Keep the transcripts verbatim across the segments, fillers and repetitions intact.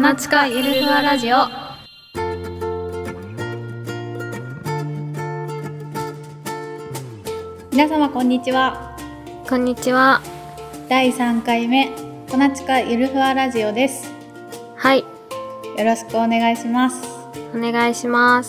ナチカゆるふわラジオ。 皆様こんにちは。 こんにちは。 だいさんかいめコナチカゆるふわラジオです。 はい、 よろしくお願いします。 お願いします。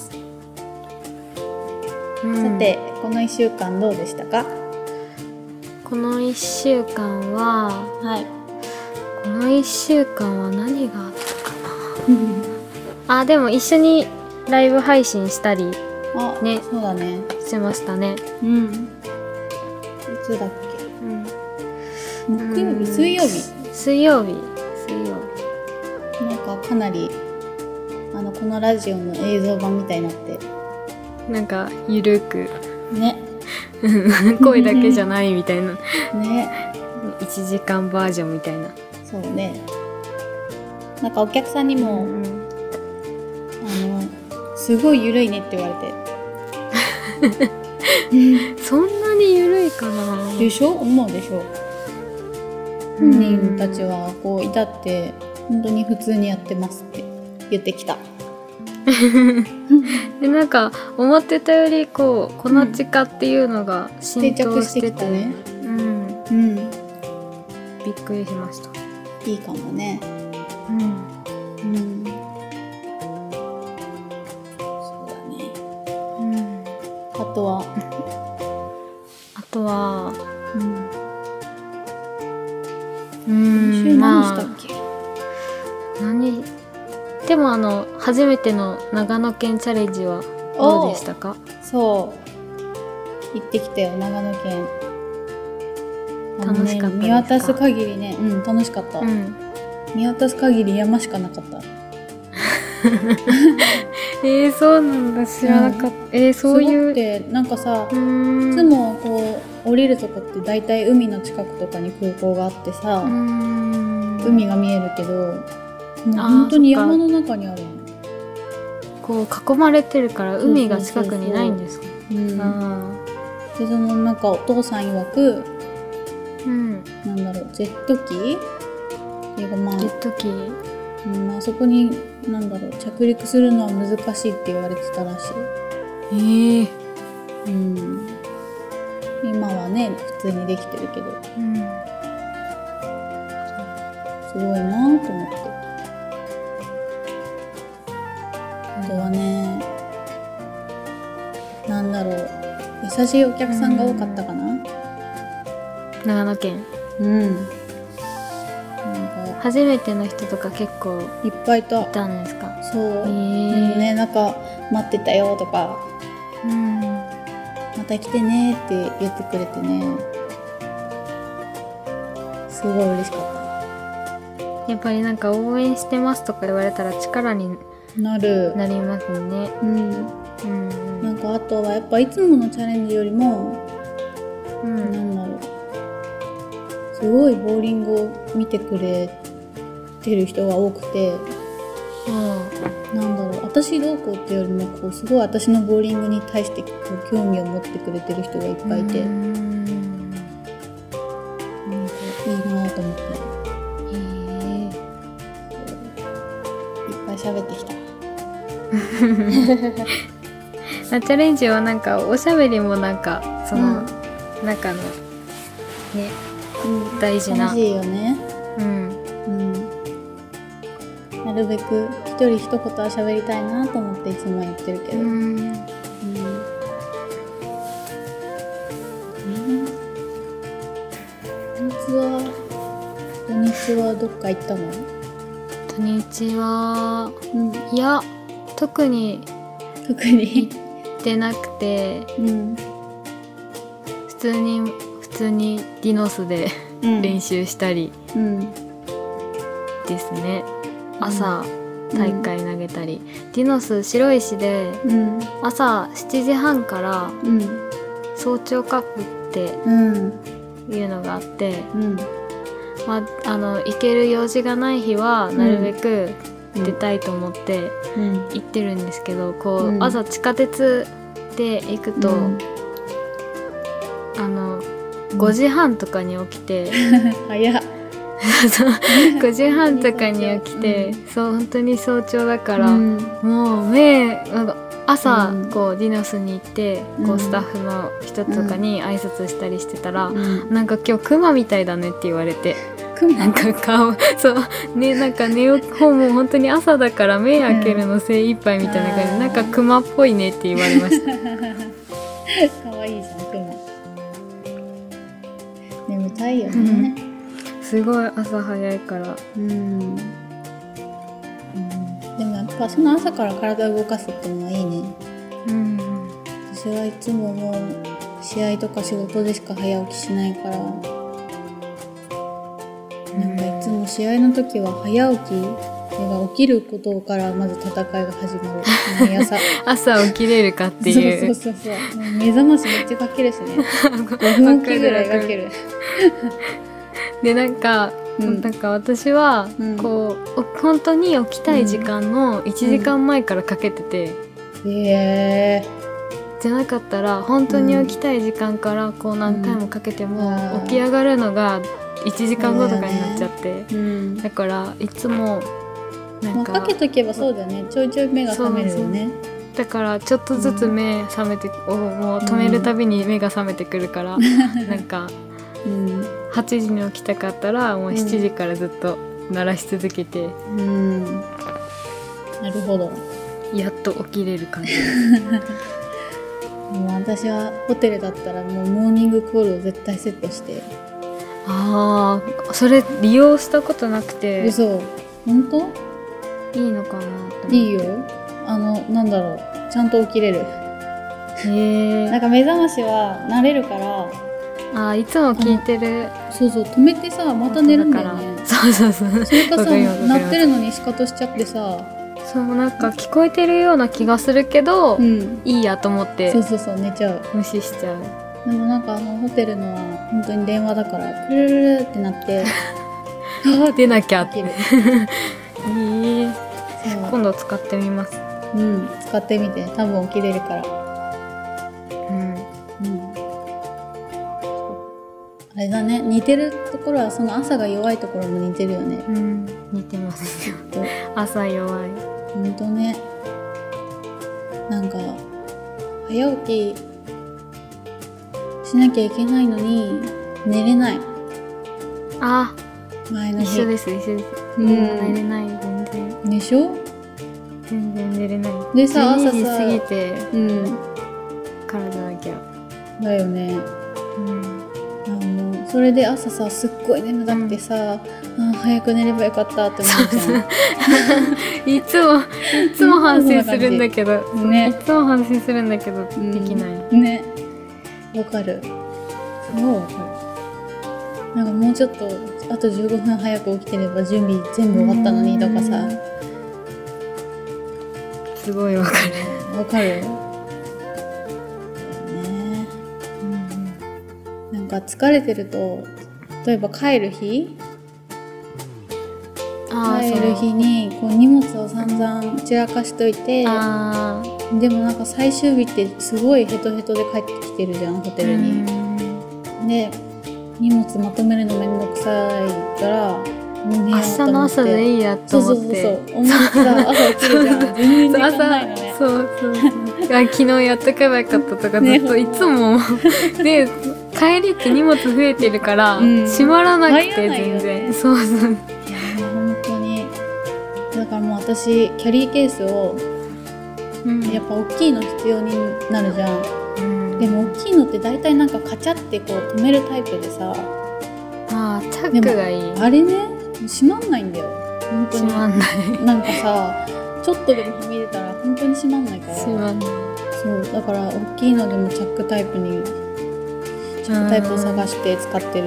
うん、 さてこのいっしゅうかんどうでしたか？ このいっしゅうかんは、 はい、 このいっしゅうかんは何があったかなあ、でも一緒にライブ配信したりあ、 ね、 そうだね、 しましたね。 うん、いつだっけ、うん、木曜日、水曜日水曜日水曜日なんかかなりあのこのラジオの映像版みたいになってなんかゆるくね声だけじゃないみたいなね、 いちじかんバージョンみたいな。 そうね、なんかお客さんにも、うんうん、あのすごいゆるいねって言われてそんなにゆるいかなでしょ、思うでしょ。本人たちはこう至って本当に普通にやってますって言ってきたでなんか思ってたよりこうこのチカっていうのが浸透してて、 定着してきたね。 うんうん、びっくりしました。 いいかもね。 うん、うん、 そうだね。 うん、 あとはあとはうん、うん、先週何したっけ、 まあ、何でもあの初めての長野県チャレンジはどうでしたか？ そう行ってきたよ、長野県。 楽しかったですか？ 見渡す限りね、うん楽しかった、うん、見渡す限り山しかなかったえー、そうなんだ、知らなかった、うん、えー、そういうすごくてなんかさ、いつもこう降りるとこって大体海の近くとかに空港があってさ、海が見えるけどもう本当に山の中にあるの。 こう囲まれてるから海が近くにないんですか？ でそのなんかお父さん曰く、うん、なんだろうジェット機っていうかまあジェット機、 うんまあ、そこになんだろう着陸するのは難しいって言われてたらしい。 へえ、 うん、今はね普通にできてるけど、うん、すごいなと思って。あとはね、なんだろう優しいお客さんが多かったかな、うん、 長野県。うんなんか初めての人とか結構いっぱいいた。 いたんですか？ そう、へー、ね、なんか待ってたよとか、うん、また来てねって言ってくれてね、すごい嬉しかった。 やっぱりなんか応援してますとか言われたら力になるなりますね。うん、 うん、なんかあとはやっぱいつものチャレンジよりも、うん、なんだろうすごいボーリングを見てくれてる人が多くて、うん、なんだろう私どうこうっていうよりもこうすごい私のボーリングに対してこう興味を持ってくれてる人がいっぱいいて、うんなんかいいなと思って。へー、いっぱい喋ってきたチャレンジはなんかおしゃべりもなんかその中のね、うん、大事な楽しいよね。うん、うん、なるべく一人一言は喋りたいなと思っていつも言ってるけど、うん、うん、土日は土日はどっか行ったの？ 土日は、うん、いや特に特に行ってなくて、うん、普通に普通にディノスで、うん、練習したりですね、うん、朝大会投げたり、うん、ディノス白石で、うん、朝しちじはんから、うん、早朝カップっていうのがあって、うんまあ、あの行ける用事がない日はなるべく、うん、出たいと思って行ってるんですけど、こう、うん、朝地下鉄で行くと、うん、あのごじはんとかに起きて早っごじはんとかに起きて、うん、そう本当に早朝だから、うん、もう目朝、うん、こうディノスに行って、うん、こうスタッフの人とかに挨拶したりしてたら、うん、なんか今日クマみたいだねって言われて、なんか顔そうね、なんか寝ようもう本当に朝だから目開けるの精一杯みたいな感じで、うん、なんかクマっぽいねって言われましたかわいいじゃんクマ。眠たいよね、 うん、すごい朝早いから、うん、うん、でもやっぱその朝から体を動かすっていうのはいいね、うん、私はいつももう試合とか仕事でしか早起きしないから、なんかいつも試合の時は早起きが起きることからまず戦いが始まる。毎朝朝起きれるかっていう。そうそうそうそう。目覚ましめっちゃかけるしね。ごふんおきぐらいかける。 でなんか、うん、なんか私は、うん、こう本当に起きたい時間のいちじかんまえからかけてて。 うん、へー。 じゃなかったら本当に起きたい時間からこう何回もかけても、うん、起き上がるのがいちじかんごとかになっちゃって、ね、うん、だからいつもなんか、まあ、かけとけばそうだよね、ちょいちょい目が覚めるよね。 だからちょっとずつ目覚めて、うん、もう止めるたびに目が覚めてくるから、うん、なんか、うん、はちじに起きたかったらもうしちじからずっと鳴らし続けて、うんうん、 なるほど、 やっと起きれる感じもう私はホテルだったらもうモーニングコールを絶対セットして。 ああ、それ利用したことなくて。 嘘？本当？ いいのかな？ いいよ。あのなんだろう、ちゃんと起きれる。へえ。なんか目覚ましは慣れるから。 ああ、いつも聞いてる。 そうそう、止めてさまた寝るんだよね。 そうそうそう。 それかさ鳴ってるのにシカトしちゃってさ。 そう、なんか聞こえてるような気がするけど、うん、いいやと思ってそうそうそう寝ちゃう、 無視しちゃう。 でもなんかあのホテルのは本当に電話だからプルルルってなってあ出なきゃってえー、今度使ってみます。 うん、使ってみて、多分起きれるから。うん、うん、あれだね、似てるところはその朝が弱いところも似てるよね。 うん、似てますよ朝弱い。 ほんとね。なんか早起きしなきゃいけないのに寝れない。 あ、 前の日一緒です一緒です。うん、寝れない全然。 でしょ？ 全然寝れない。 でさ、朝さじゅうにじ過ぎて、うん、からじゃなきゃ。 だよね。うん。あのそれで朝さすっごい眠たくてさ、うん、あ早く寝ればよかったって思うじゃん。 いつもいつも反省するんだけど、ね、いつも反省するんだけど、うん、できない。 ね。わかる。そうわかる。なんかもうちょっとあとじゅうごふん早く起きてれば準備全部終わったのにとかさ。 すごいわかる。わかる。ね、うん。なんか疲れてると、例えば帰る日、あ帰る日にこう荷物を散々散らかしといて。あでもなんか最終日ってすごいヘトヘトで帰ってきてるじゃんホテルに。で荷物まとめるのめんどくさいからもう明日の朝でいいやと思って。 そうそうそうそう思ってさ朝起きるじゃん全然時間ないのね。 そうそうそうあ昨日やっとけばよかったとかずっといつもで帰りって荷物増えてるから、うん、閉まらなくて全然、ね、そうそう。いや本当にだからもう私キャリーケースをうん、やっぱ大きいの必要になるじゃん、うん、でも大きいのって大体なんかカチャってこう止めるタイプでさあチャックがいい。 あれね閉まんないんだよ本当に。 閉まんないなんかさちょっとでもはみ出たら本当に閉まんないから閉まんない。 そうだから大きいのでもチャックタイプにチャックタイプを探して使ってる。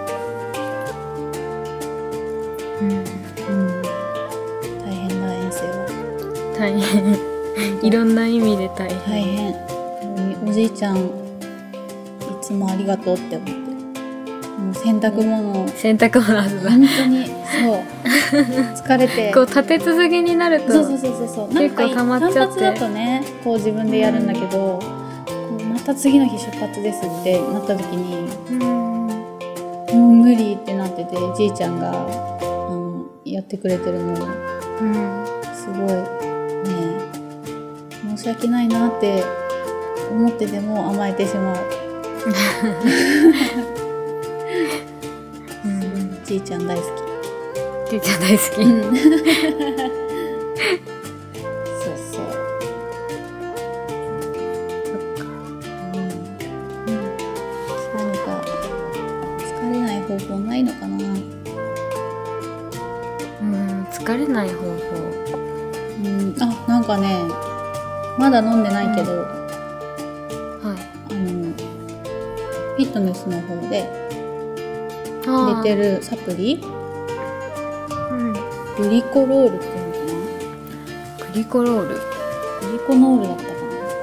うん、うん、大変だ遠征は。 大変いろんな意味で大変。 大変。おじいちゃんいつもありがとうって思ってる。もう洗濯物を洗濯物ある本当にそう疲れてこう立て続けになるとそうそうそうそう結構溜まっちゃって単発だとねこう自分でやるんだけど、うん、こうまた次の日出発ですってなった時に、うん、 もう無理ってなってて、じいちゃんが、うん、やってくれてるのを、うん、すごいね申し訳ないなって思ってても甘えてしまう。うん、じいちゃん大好き。じいちゃん大好き。うん、そうそう。そっか。うん。うん。何か疲れない方法ないのかな。 うん、疲れない方法。 うん、あ、なんかね、まだ飲んでないけど、うん、 はい。 あのフィットネスの方で出てるサプリ、うん、グリコロールっていうのかな。グリコロール、 グリコノールだったかな。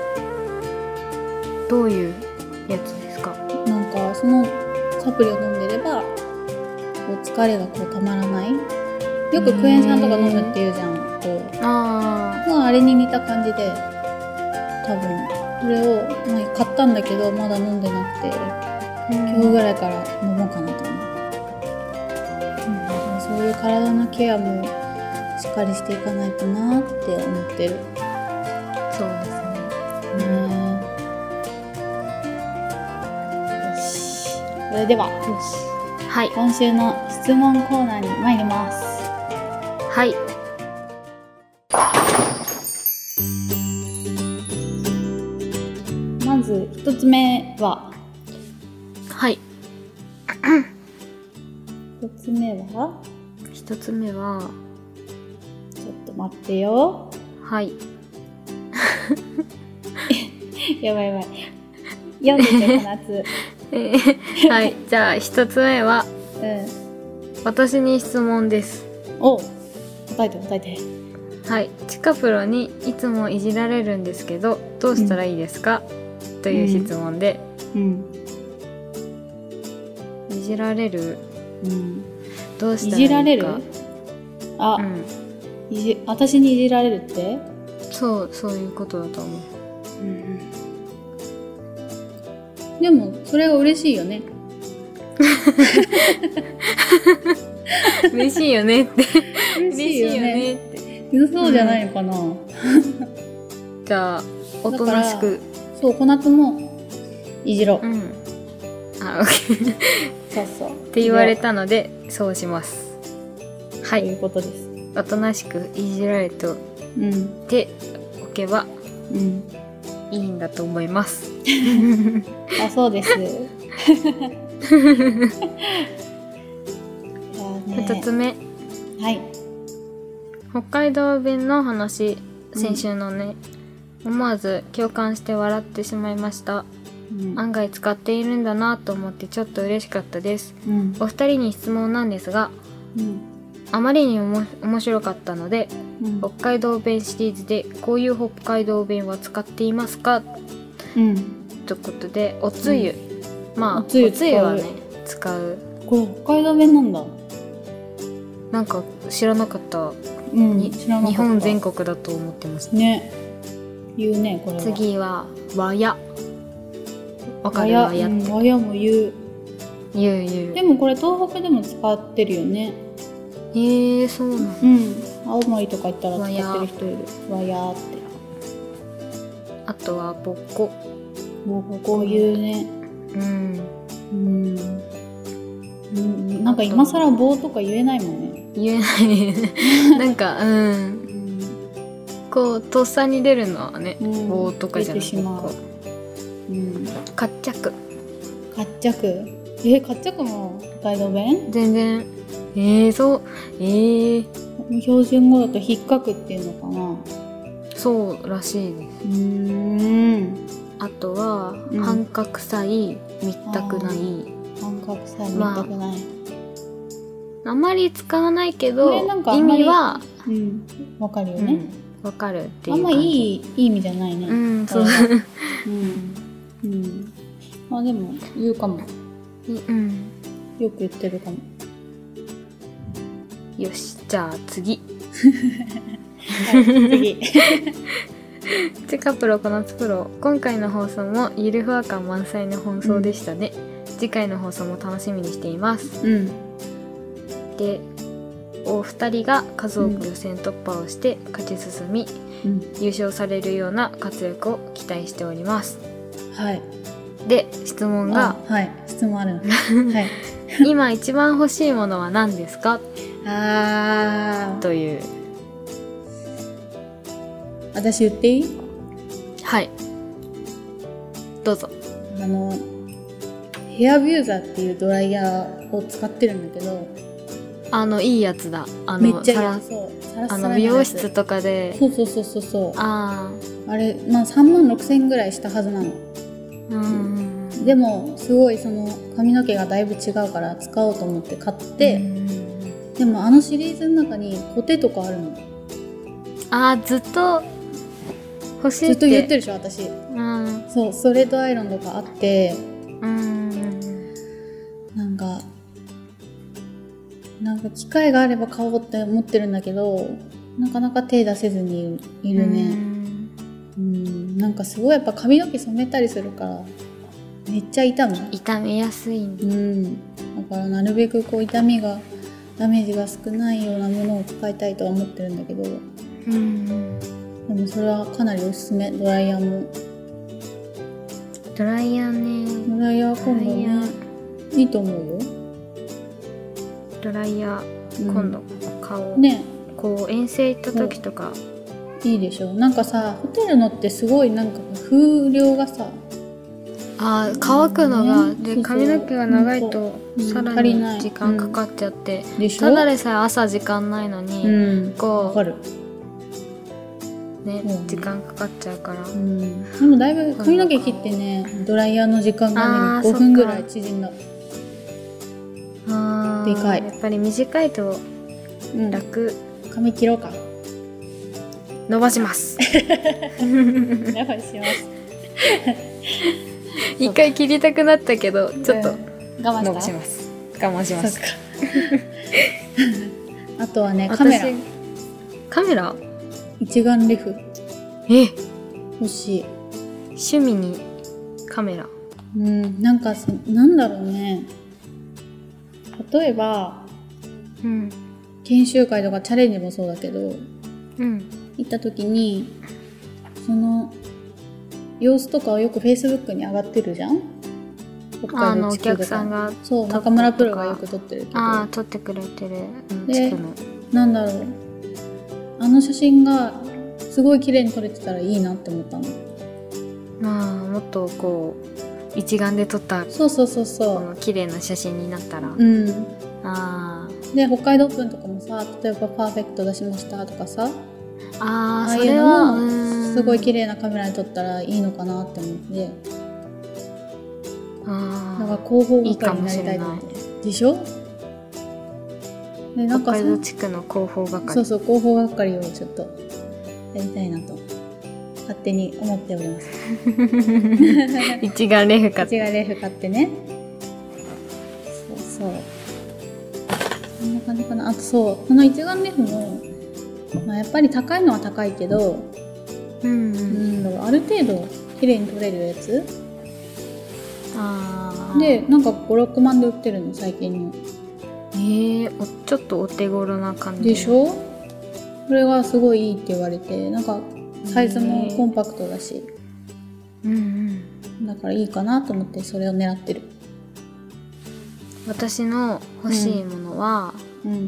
どういうやつですか？ なんかそのサプリを飲んでればこう疲れがこうたまらない。よくクエン酸とか飲むっていうじゃん。こうああ、あれに似た感じで、多分それを、まあ、買ったんだけどまだ飲んでなくて、今日ぐらいから飲もうかなと思う。うん、そういう体のケアもしっかりしていかないとなって思ってる。 そうですね。 ね。よし。それでは、よし。はい。今週の質問コーナーに参ります。 はい。 まず一つ目は、 はい。 一つ目は一つ目はちょっと待ってよ。 はい。 やばいやばい。読んでてこの夏。 えー、はい。じゃあ一つ目は、うん、私に質問です。 お、答えて答えて。 はい。チカプロにいつもいじられるんですけど、どうしたらいいですか？うん、という質問で、うんうん、いじられる、うん、どうしたらいいか。いじられる？ あ、うん、いじ私にいじられるって？ そう、そういうことだと思う。うんうん、でもそれが嬉しいよね。 嬉しいよねって。 嬉しいよねって。そうじゃないのかな。うん、 じゃあおとなしく。 そう、こなつもいじろう。うん、 あ、オッケー。そうそう。って言われたのでそうします。はい。 ということです。 おとなしくいじられておけば、うん、いいんだと思います。 あ、そうです。 ふたつめ。 はい。 北海道弁の話、先週のね、うん、思わず共感して笑ってしまいました。うん、案外使っているんだなと思ってちょっと嬉しかったです。うん、お二人に質問なんですが、うん、あまりにも面白かったので、うん、北海道弁シリーズでこういう北海道弁は使っていますか？うん、ということで、おつゆ、うん、まあおつゆはね使う。 これ北海道弁なんだ。 なんか知らなかった。うん、知らなかった。日本全国だと思ってましたね。言うね、これは。 次は和や。わかる？ 和や、うん、和やも言う。 言う言う。 でもこれ東北でも使ってるよね。 へえー、そうなの。 うん。青森とか行ったら使ってる人いる。和やって。 あとはぼっこ。 ぼっこ言うね。うん。うん。うん、なんか今更棒とか言えないもんね。 言えないなんか、うん、うん、こうとっさに出るのはね、うん、棒とかじゃなくて、うん、かっちゃく。 かっちゃく。え、かっちゃくも北海道弁？ 全然。えー、そう。えー、 標準語だと引っかくっていうのかな。 そうらしいです。うーん。 あとは、うん、半角臭い、みったくない。 半角臭い、みったくない。まあ、あまり使わないけど、意味は、 うん、わかるよね。 わ、うん、かるっていう感じ。 あんまいい、いい意味じゃないね。 うん、そう。 うん。うん。まあでも、言うかも。うん。よく言ってるかも。 よし、じゃあ次。 はい、次。 チカプロ、コナツプロ、今回の放送もゆるふわ感満載の放送でしたね。 次回の放送も楽しみにしています。 うん、 でお二人が数多く予選突破をして勝ち進み、うん、優勝されるような活躍を期待しております。 はい。 で質問が、 はい質問あるの、はい、 今一番欲しいものは何ですかあという。 私言っていい？ はいどうぞ。 あのヘアビューザーっていうドライヤーを使ってるんだけど、 あのいいやつだ。あのめっちゃいい。そうサラッサラのやつ。 あの美容室とかで。 そうそうそうそうそう。 ああれまあさんまんろくせんえんぐらいしたはずなの。 うん。 でもすごいその髪の毛がだいぶ違うから使おうと思って買って、でもあのシリーズの中にコテとかあるの。 あーずっと欲しいってずっと言ってるでしょ私。 うん。 そうストレートアイロンとかあって、 うん。 なんかなんか機会があれば買おうって思ってるんだけど、なかなか手出せずにいるね。うん、うんなんかすごいやっぱ髪の毛染めたりするからめっちゃ痛む。 痛めやすいんだ。 うん。だからなるべくこう痛みがダメージが少ないようなものを使いたいとは思ってるんだけど、うん、でもそれはかなりおすすめ。ドライヤーも。 ドライヤーね。 ドライヤー今度ねいいと思うよ。 ドライヤー、うん、今度買おう。 ね。 こう遠征行った時とかいいでしょ。なんかさホテルのってすごいなんか風量がさあ乾くのが、ね、でそうそう髪の毛が長いとさらに時間かかっちゃって、うん、ただでさえ朝時間ないのに、うん、こうね、うん、時間かかっちゃうから、うん、 でもだいぶ髪の毛切ってねドライヤーの時間がねごふんぐらい縮んだ。 あでかい。やっぱり短いと楽、 うん、髪切ろうか。 伸ばします伸ばします一回切りたくなったけどちょっと我慢した。 伸ばします我慢しますあとはねカメラカメラ一眼レフえ欲しい。 趣味にカメラうんなんかなんだろうね。例えば、うん、研修会とかチャレンジもそうだけど、うん、行った時にその様子とかをよく Facebook に上がってるじゃん。 あのお客さんがそう中村プロがよく撮ってるけどあ撮ってくれてる、うん、 でなんだろうあの写真がすごい綺麗に撮れてたらいいなって思ったの。 まあもっとこう一眼で撮ったそうそうそうそうこの綺麗な写真になったらうんあで北海道オープンとかもさ例えばパーフェクト出しましたとかさあああいうのもすごい綺麗なカメラで撮ったらいいのかなって思ってあなんか広報係になりたいと思ってでしょでなんか北海道地区の広報係そうそう広報係をちょっとやりたいなと勝手に思っております一眼レフ買って一眼レフ買ってねそうそうそんな感じかな。あとそうこの一眼レフも、まあ、やっぱり高いのは高いけど、うんうん、なんだろうある程度綺麗に撮れるやつあでなんかごろくまんで売ってるの最近の。 えー、おちょっとお手頃な感じでしょ。これがすごいいいって言われてなんかサイズもコンパクトだし、うんうん、だからいいかなと思ってそれを狙ってる。 私の欲しいものは、うんうん、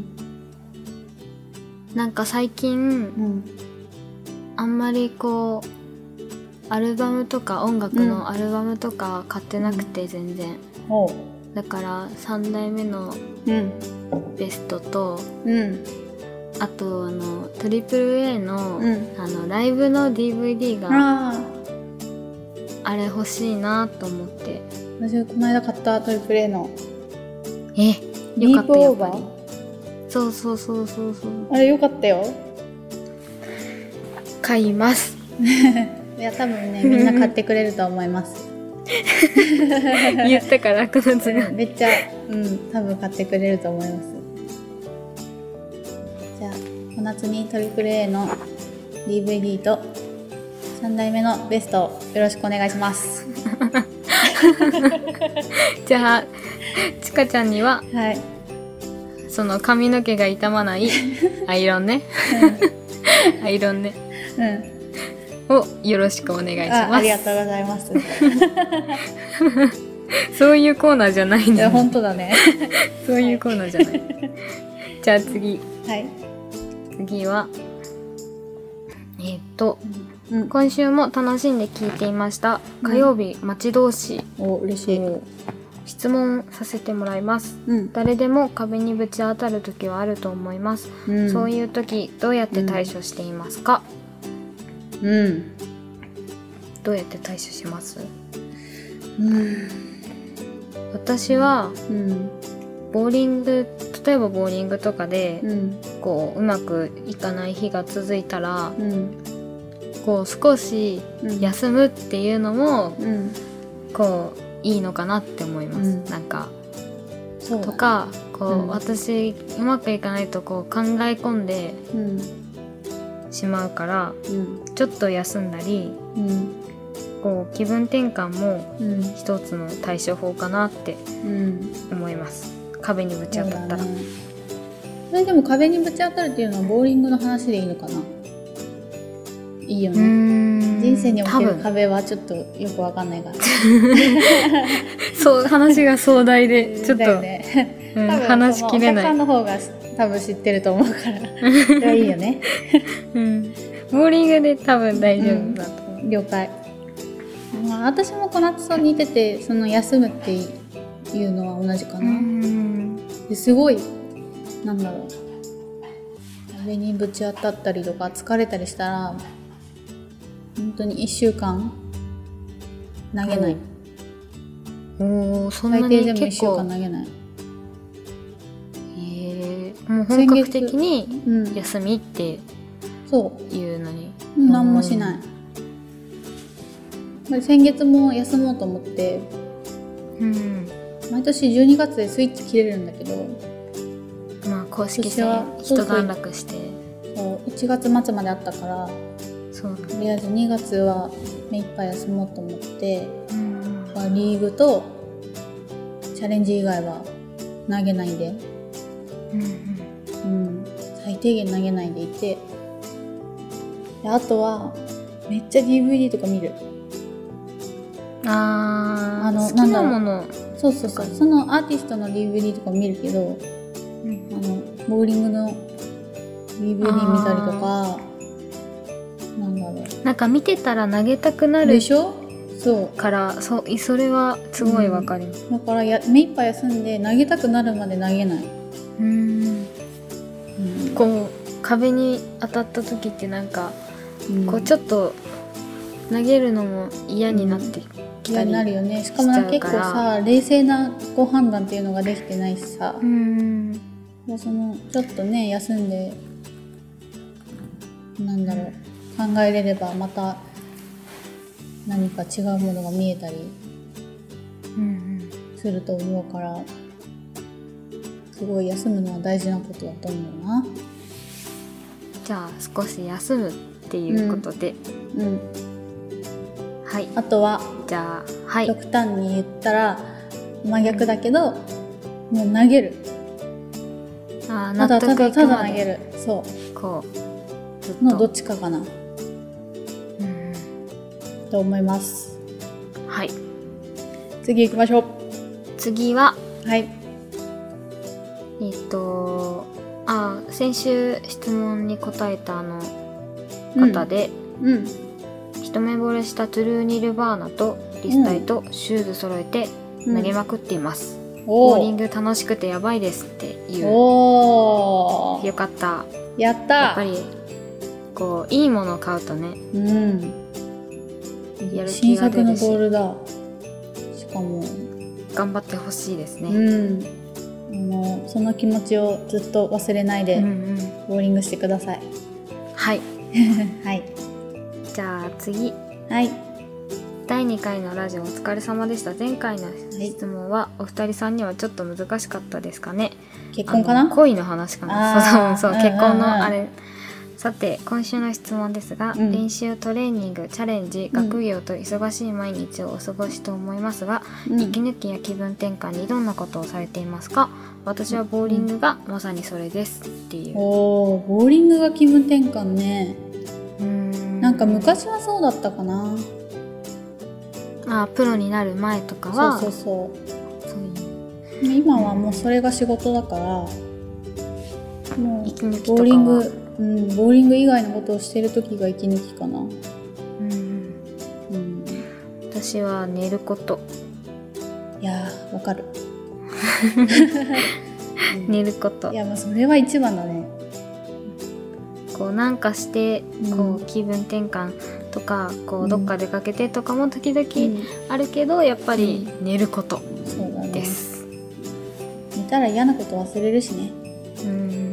なんか最近、うん、あんまりこうアルバムとか音楽のアルバムとか買ってなくて全然、うん、だからさんだいめのベストと、うん、あとあの トリプルエー の、うん、あのライブの ディーブイディー が あ, あれ欲しいなと思って。 私この間買った トリプルエー のえよかったやっぱりそうそうそうそうそうあれよかったよ。 買いますいや多分ねみんな買ってくれると思います言ったから楽なつがめっちゃうん多分買ってくれると思います。じゃあ小夏に トリプルエー の ディーブイディー とさんだいめのベストをよろしくお願いしますじゃあちかちゃんには、 はい、 その髪の毛が傷まないアイロンね、うん、アイロンね、うん、をよろしくお願いします。 あ, ありがとうございますそういうコーナーじゃないんだ、ね、 いや本当だねそういうコーナーじゃない、はい、じゃあ次、 はい、 次はえー、っと、 うん、 今週も楽しんで聞いていました、うん、火曜日待ち遠し、 お嬉しい。 質問させてもらいます、 うん、 誰でも壁にぶち当たる時はあると思います、うん、そういう時どうやって対処していますか？ うん、 どうやって対処します？ うん、 私は、 うん、 ボーリング例えばボーリングとかで、 うん、 こううまくいかない日が続いたら、 うん、 こう少し休むっていうのも、 うん、 こういいのかなって思います、うん、なんかそうとかこう、うん、私うまくいかないとこう考え込んでしまうから、うん、ちょっと休んだり、うん、こう気分転換も一つの対処法かなって思います、うん、壁にぶち当たったら。 そ, ね、それでも壁にぶち当たるっていうのはボーリングの話でいいのかな？いいよね。うーん、人生における壁はちょっとよくわかんないからそう話が壮大でちょっと、 ね、 うん、話しきれない。 お客さんの方が多分知ってると思うからそれはいいよね、 うん、ボーリングで多分大丈夫だと思う、 うん、了解。まあ、私も小夏と似ててその休むっていうのは同じかな。うんですごいなんだろう、壁にぶち当たったりとか疲れたりしたら本当にいっしゅうかん投げない。 おお、そんなに最低でもいっしゅうかん投げない。 へえ、もう本格的に休みっていうのに、 うん、何もしない。先月も休もうと思って、うん、毎年じゅうにがつでスイッチ切れるんだけど、 まあ公式戦一段落して、 そういちがつまつまであったから、そうとりあえずにがつは目いっぱい休もうと思って、うん、まあ、リーグとチャレンジ以外は投げないで、うんうんうん、最低限投げないでいて、であとはめっちゃ ディーブイディー とか見る。 ああの好きなもの、 そうそうそう、そのアーティストの ディーブイディー とか見るけど、うん、あのボーリングの ディーブイディー 見たりとか、なんだろう、 なんか見てたら投げたくなるでしょ。そうからそそれはすごいわかります、 うん、だからや目いっぱい休んで投げたくなるまで投げない。うーん、 うん、こう壁に当たった時ってなんか、うん、こうちょっと投げるのも嫌になってきたり、 うん、なるよね。しかもなんか結構さ冷静なご判断っていうのができてないしさ、うん、でそのちょっとね休んでなんだろう、考えれればまた何か違うものが見えたりすると思うから、すごい休むのは大事なことだと思うな。 じゃあ少し休むっていうことで、うん、うん、はい。 あとはじゃあ、はい、 極端に言ったら真逆だけど、もう投げる。 あ、 ただただただ投げる。そう。 こうずっとのどっちかかな。と思います。 はい。 次行きましょう。 次は、 はい。 えっとあ先週質問に答えたあの方で、うんうん、一目惚れしたトゥルーニルバーナとリスタイとシューズ揃えて投げまくっています、うん、ボーリング楽しくてやばいですっていう。おー、よかった。 やった。 やっぱりこういいものを買うとね、うん、やる気が出るし、 新作のボールだ。しかも頑張ってほしいですね、 うん、あのその気持ちをずっと忘れないでボーリングしてください、うんうん、 はいはい。 じゃあ次、 はい、 だいにかいのラジオお疲れ様でした。前回の質問はお二人さんにはちょっと難しかったですかね。 結婚かな。 恋の話かな。そうそうそう、結婚のあれさて今週の質問ですが、うん、練習トレーニングチャレンジ学業と忙しい毎日をお過ごしと思いますが、うん、息抜きや気分転換にどんなことをされていますか？私はボーリングがまさにそれですっていう。 おー、ボーリングが気分転換ね。うーん、なんか昔はそうだったかな。 あ、プロになる前とかはそうそうそうそういう、今はもうそれが仕事だから、もう息抜きとかはボーリング、うん、ボーリング以外のことをしてる時が息抜きかな。うん、 うん、私は寝ること。 いやー、わかる寝ること。 いや、まあそれは一番だね。 こうなんかしてこう気分転換とか、こうどっか出かけてとかも時々あるけど、やっぱり寝ることです。 うん、そうだね。寝たら嫌なこと忘れるしね。うん、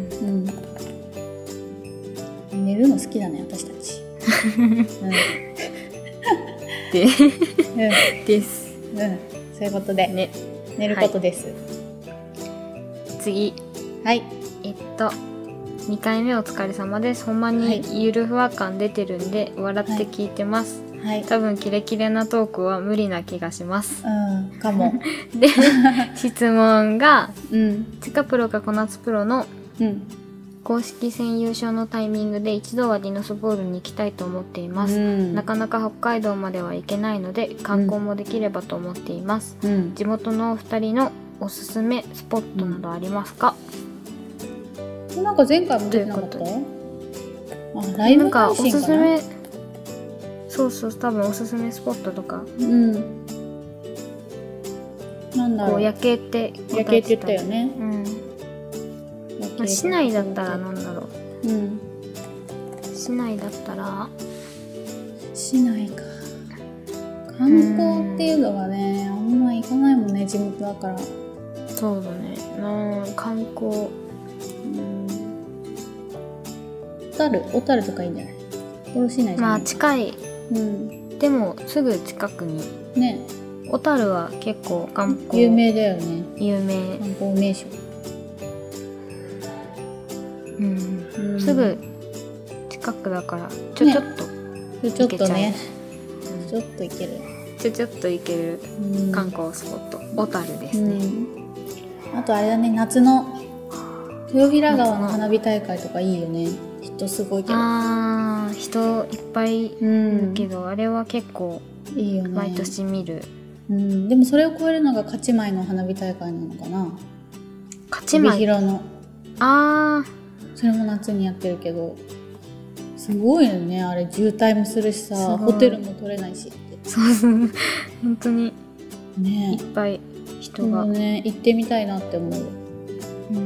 うん、寝るの好きだね、私たち。うん、 で、うん、です。 うん、そういうことで、ね、寝ることです。はい、 次。 はい。 えっと。にかいめお疲れ様です。ほんまにゆるふわ感出てるんで笑って聞いてます、はい、多分キレキレなトークは無理な気がします。 うん、かも。 で、質問が、うん、チカプロかコナツプロの公式戦優勝のタイミングで一度はディノスボールに行きたいと思っています、うん、なかなか北海道までは行けないので観光もできればと思っています、うん、地元のお二人のおすすめスポットなどありますか？ なんか前回も出てなかった？あ、ライブ配信かな？なんかおすすめ、 そうそう、多分おすすめスポットとか。 うん。なんだろう。 こう夜景って夜景って言ったよね。 うん。まあ、市内だったらなんだろう。うん。市内だったら。 市内か。観光っていうのがね、あんま行かないもんね、地元だから。 そうだね。な観光。 小樽、小樽とかいいんじゃない？小樽市内じゃない？ まあ近い、うん、でもすぐ近くにね。 小樽は結構観光有名だよね。 有名観光名所、 うん、うん、すぐ近くだからちょちょっと、 ね、ちょっとね、うん、ちょっと行けるちょちょっと行ける観光スポット、うん、小樽ですね、 うん、あとあれだね、夏の豊平川の花火大会とかいいよね。人すごいけど、 あー、人いっぱいいるけど、うん、あれは結構いいよね、毎年見る、 うん、でもそれを超えるのが勝前の花火大会なのかな。 勝前、帯広の、あー、それも夏にやってるけどすごいよね。あれ渋滞もするしさ、ホテルも取れないしって。 そうそう、本当にね、 いっぱい人が、 ね、行ってみたいなって思う。うん、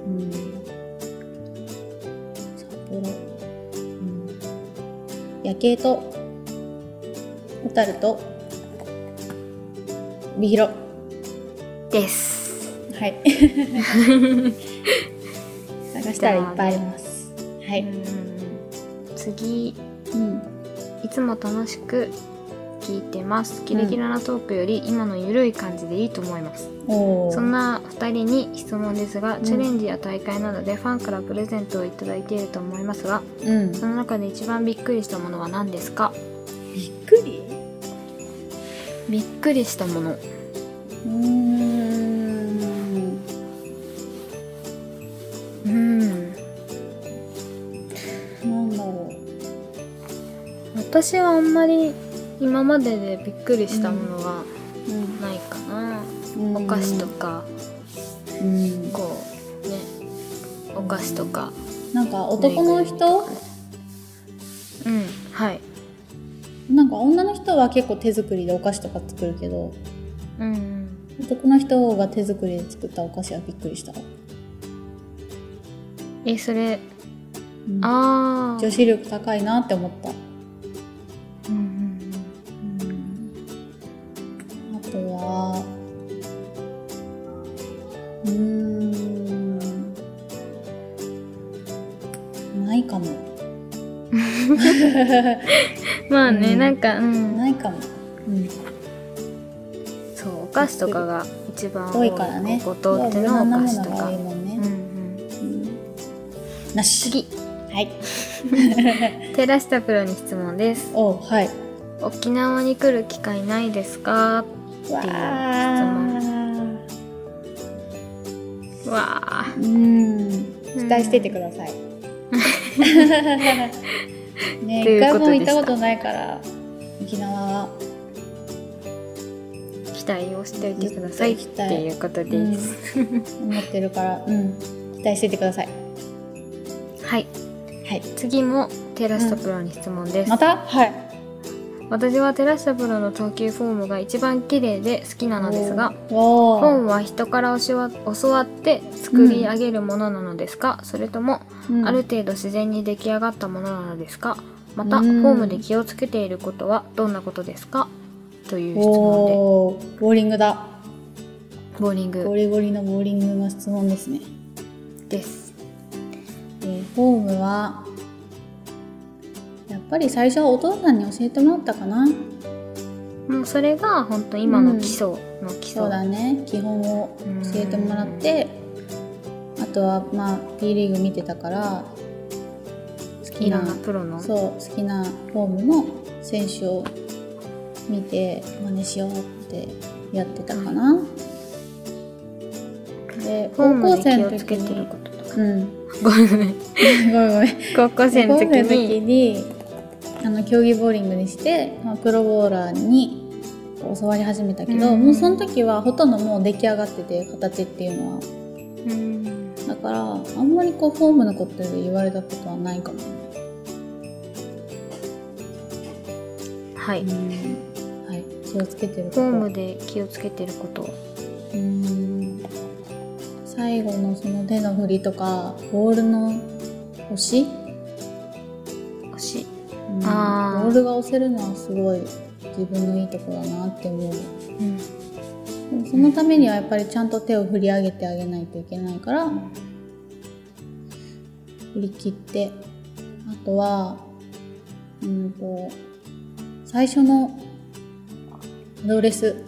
夜景と小樽と帯広です。 はい。探したらいっぱいあります。はい。 次、うん、いつも楽しく聞いてます。キレキレなトークより今のゆるい感じでいいと思います、うん、そんなふたりに質問ですが、うん、チャレンジや大会などでファンからプレゼントをいただいていると思いますが、うん、その中で一番びっくりしたものは何ですか？ びっくりびっくりしたもの、うーんうんなんだろう。私はあんまり今まででびっくりしたものはないかな、うん、お菓子とか、うん、こうね、お菓子とか、 なんか男の人、 うん、はい、 なんか女の人は結構手作りでお菓子とか作るけど、うん、男の人が手作りで作ったお菓子はびっくりした。 え、それ、 うん、あー、女子力高いなって思った。うんうんうん、あとはうーんないかも。 まあね、うん、なんか、うん、 ないかも、うん、 そう、お菓子とかが一番多いからね。 ご当地のお菓子とか、 多いもんね、うんうんうん、なし。 次、 はい寺下プロに質問です。 おはい。 沖縄に来る機会ないですかっていう質問。わあ、 うん、期待しててください。ね、一回も行ったことないから沖縄は期待をしておいてくださいっていうことです、 うん、思ってるから、うん、期待しててください。 はい、はい、次も寺下プロに質問です、うん、 また？はい。 私は寺下プロの投球フォームが一番綺麗で好きなのですが、フォームは人から教わって作り上げるものなのですか、うん、それともある程度自然に出来上がったものなのですか、また、うん、フォームで気をつけていることはどんなことですかという質問で。 おー、ボーリングだ。 ボーリング。 ゴリゴリのボーリングの質問ですね。 です。 えー、フォームはやっぱり最初はお父さんに教えてもらったかな。 もうそれが本当今の基礎の基礎、 うん、そうだね、基本を教えてもらって、あとはまあ P リーグ見てたから好きなプロのそう好きなフォームの選手を見て真似しようってやってたかな、うん、で高校生の時にうんごめんごめんごめん高校生の時にあの競技ボーリングにして、まあ、プロボーラーに教わり始めたけど、うん、もうその時はほとんどもう出来上がってて形っていうのは、うん、だからあんまりこうフォームのことで言われたことはないかも。 はい、 うんはい、気をつけてること。 フォームで気をつけてること。 うーん最後のその手の振りとかボールの押し押し、 うん、あボールが押せるのはすごい自分のいいところだなって思う、うん、でもそのためにはやっぱりちゃんと手を振り上げてあげないといけないから、うん、振り切って、あとはうんと最初のアドレス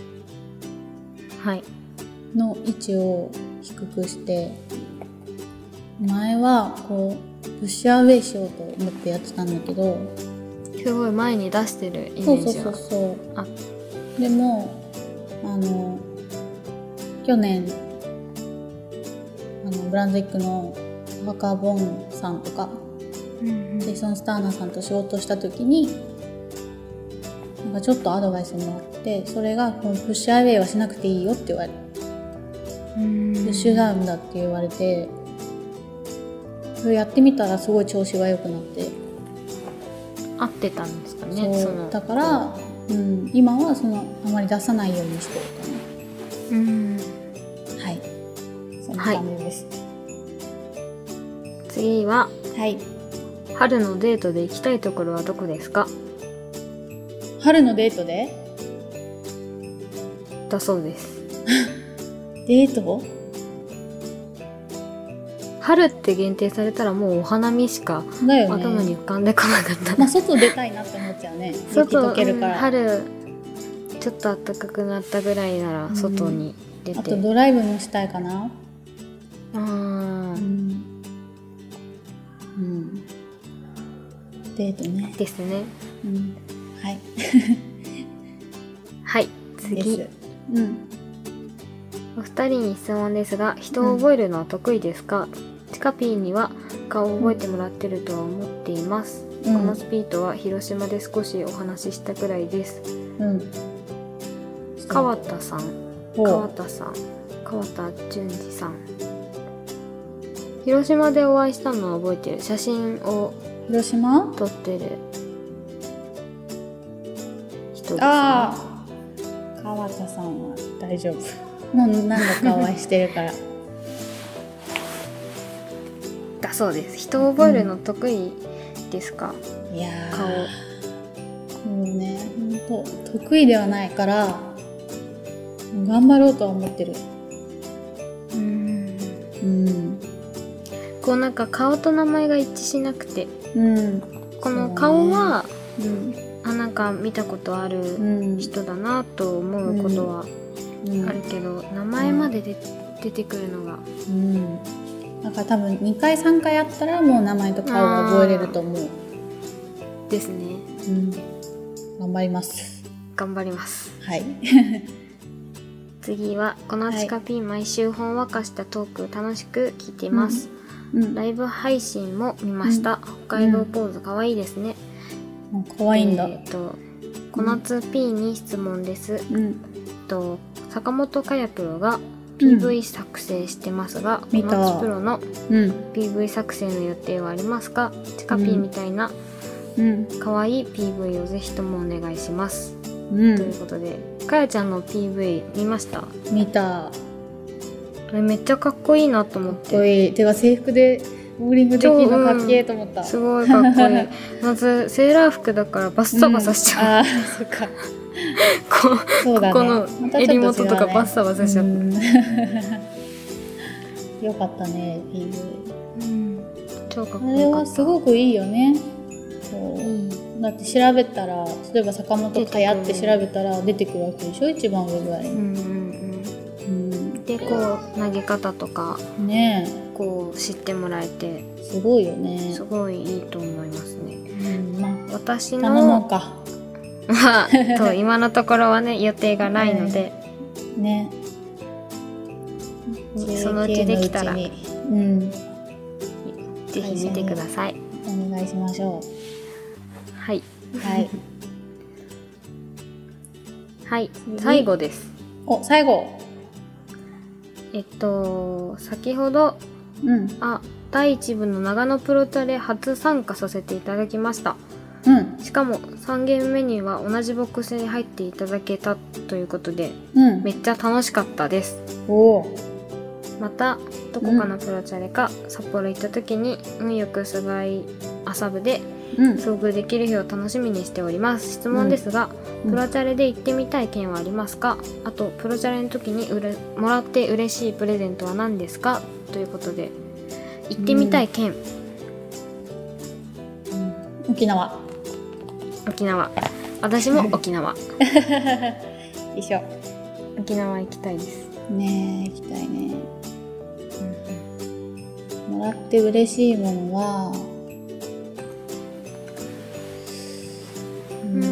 の位置を低くして、前はこうプッシュアウェイしようと思ってやってたんだけど、 すごい前に出してるイメージが。そうそうそうそうあでもあの去年あのブランズウィックのワーカー・ボンさんとか、うんうん、ジェイソン・スターナーさんと仕事した時になんかちょっとアドバイスもらって、それがこのプッシュアウェイはしなくていいよって言われて、プッシュダウンだって言われて、それやってみたらすごい調子が良くなって合ってたんですかね。 そうそのだから、うん、今はそのあまり出さないようにしてるかな。うんはいそんな感じです、 はい、次は、 はい、 春のデートで行きたいところはどこですか？ 春のデートでだそうですデート春って限定されたらもうお花見しか頭に浮かんでこなかった、 ね、まあ外出たいなって思っちゃうね。雪溶けるから、うん、 春ちょっと暖かくなったぐらいなら外に出て、 うん、あとドライブもしたいかな。 あー、うんうん、デートねですね、 うん、はいはい次、 うん、 お二人に質問ですが、人を覚えるのは得意ですか？うん、チカピーには顔を覚えてもらってるとは思っています、うん、このスピートは広島で少しお話ししたくらいです、うん、川田さん川田さん川田淳二さん、広島でお会いしたのは覚えてる。写真を広島撮ってる人ですね。 ああ川田さんは大丈夫、もう何度かお会いしてるからだそうです。人を覚えるの得意ですか？ うん、いや顔もうねほんと得意ではないから頑張ろうとは思ってる。 うーんうんこうなんか顔と名前が一致しなくて、うん、この顔は、うねうん、あなんか見たことある人だなと思うことはあるけど、うん、名前までで、うん、出てくるのが、 うん、 だから多分にかいさんかいあったらもう名前と顔が覚えれると思うですね。 うん、頑張ります頑張りますはい次はこのちかぴん、毎週ほんわかしたトーク楽しく聞いています、うんうん、ライブ配信も見ました、うん、北海道ポーズかわいいですね、 うん、かわいいんだ。 えーとこなつ P に質問です、うん、と坂本かやプロが ピーブイ 作成してますが、うん、こなつプロの ピーブイ 作成の予定はありますか？ちかぴんみたいなかわいい ピーブイ をぜひともお願いします、うん、ということでかやちゃんの ピーブイ 見ました？ 見た。 めっちゃかっこいいなと思って。 かっこいい。てか制服でボーリングできるのかっけえと思った、うん、 すごいかっこいいまずセーラー服だからバッサバサしちゃう、うん、 あそっかこ, そうだ、ね、 ここの襟元とかバッサバサしちゃった、うん、 よかったね ピーブイ、 うん、超かっこいい。あれはすごくいいよね。そう、うん、だって調べたら例えば坂本かやって調べたら出てくるわけでしょ、一番上ぐらいに、うんうんうん、でこう投げ方とかねこう知ってもらえてすごいよね。 すごいいいと思いますね、うん、まあ、私の頼もうかと今のところはね予定がないので、 えー、ねそのうちできたら、うん、ぜひ見てください。 お願いしましょう。はいはいはい、最後です。 お、最後。 えっと先ほど、 うん、 あだいいち部の長野プロチャレ初参加させていただきました、 うん、 しかもさんゲーム目には同じボックスに入っていただけたということで、 うん、 めっちゃ楽しかったです。 おまたどこかのプロチャレか、うん、札幌行った時に運よく菅井麻布で遭遇できる日を楽しみにしております。質問ですが、うん、プロチャレで行ってみたい県はありますか？あとプロチャレの時にうれもらって嬉しいプレゼントは何ですか？ということで行ってみたい県、 うん、沖縄。 沖縄。私も沖縄一緒。 沖縄行きたいです。 ねえ、行きたいね、うん、もらって嬉しいものはうん、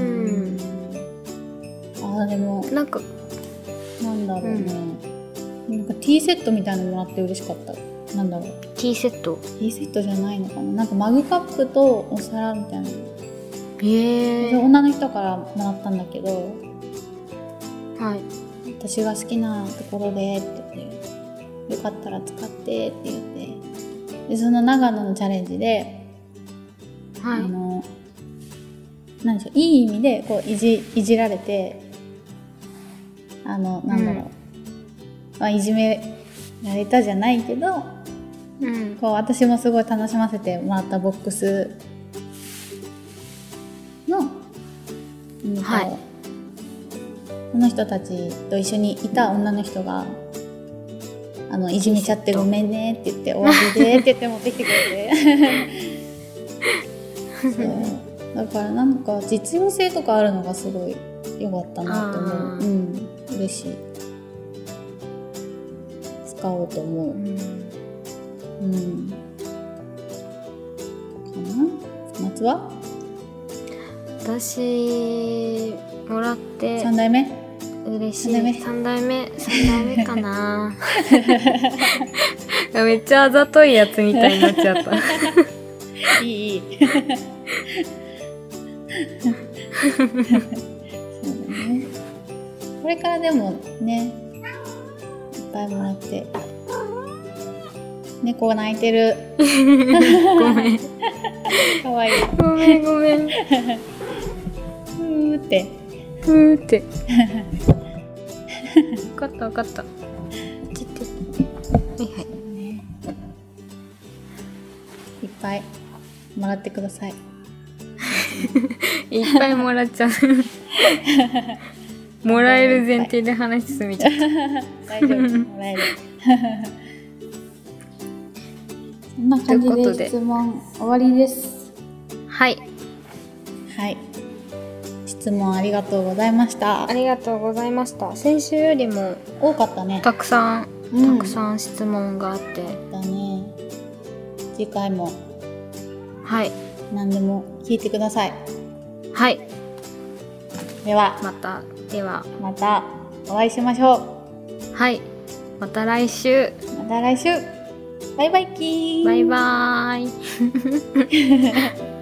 あ、でもなんかなんだろうね、うん、なんかティーセットみたいなのもらって嬉しかった。なんだろう、 ティーセットティーセットじゃないのかな、なんかマグカップとお皿みたいな。 へえ。 女の人からもらったんだけど、 はい、 私が好きなところでって言って、よかったら使ってって言って、でその長野のチャレンジで、 はい、 あのなんでしょう、いい意味でこういじ、いじられて、あのなんだろう、うん、まあ、いじめられたじゃないけど、 うん、 こう私もすごい楽しませてもらったボックスの、 はい、 その人たちと一緒にいた女の人があのいじめちゃってごめんねって言って、お詫びでって言って持ってきてくれてそうだからなんか実用性とかあるのがすごい良かったなと思う。うん、嬉しい。使おうと思う。うん、うん、かな。夏は？ 私もらってさんだいめ嬉しい。さんだいめさんだいめかなめっちゃあざといやつみたいになっちゃったいいいいそうだね。これからでもね、いっぱいもらって。猫が泣いてるごめんかわいい。 ごめんごめんふーってふーって分かった分かった。ちってはいはい、 ね、いっぱいもらってくださいいっぱいもらっちゃうもらえる前提で話進めちゃった大丈夫、もらえるそんな感じで質問終わりです。 はいはい、質問ありがとうございました。 ありがとうございました。先週よりも多かったね。 たくさん、うん、たくさん質問があって、 だね、 次回もはい何でも聞いてください。 はい。 ではまたではまたお会いしましょう。はい。また来週。 また来週。バイバイキーン。 バイバーイ。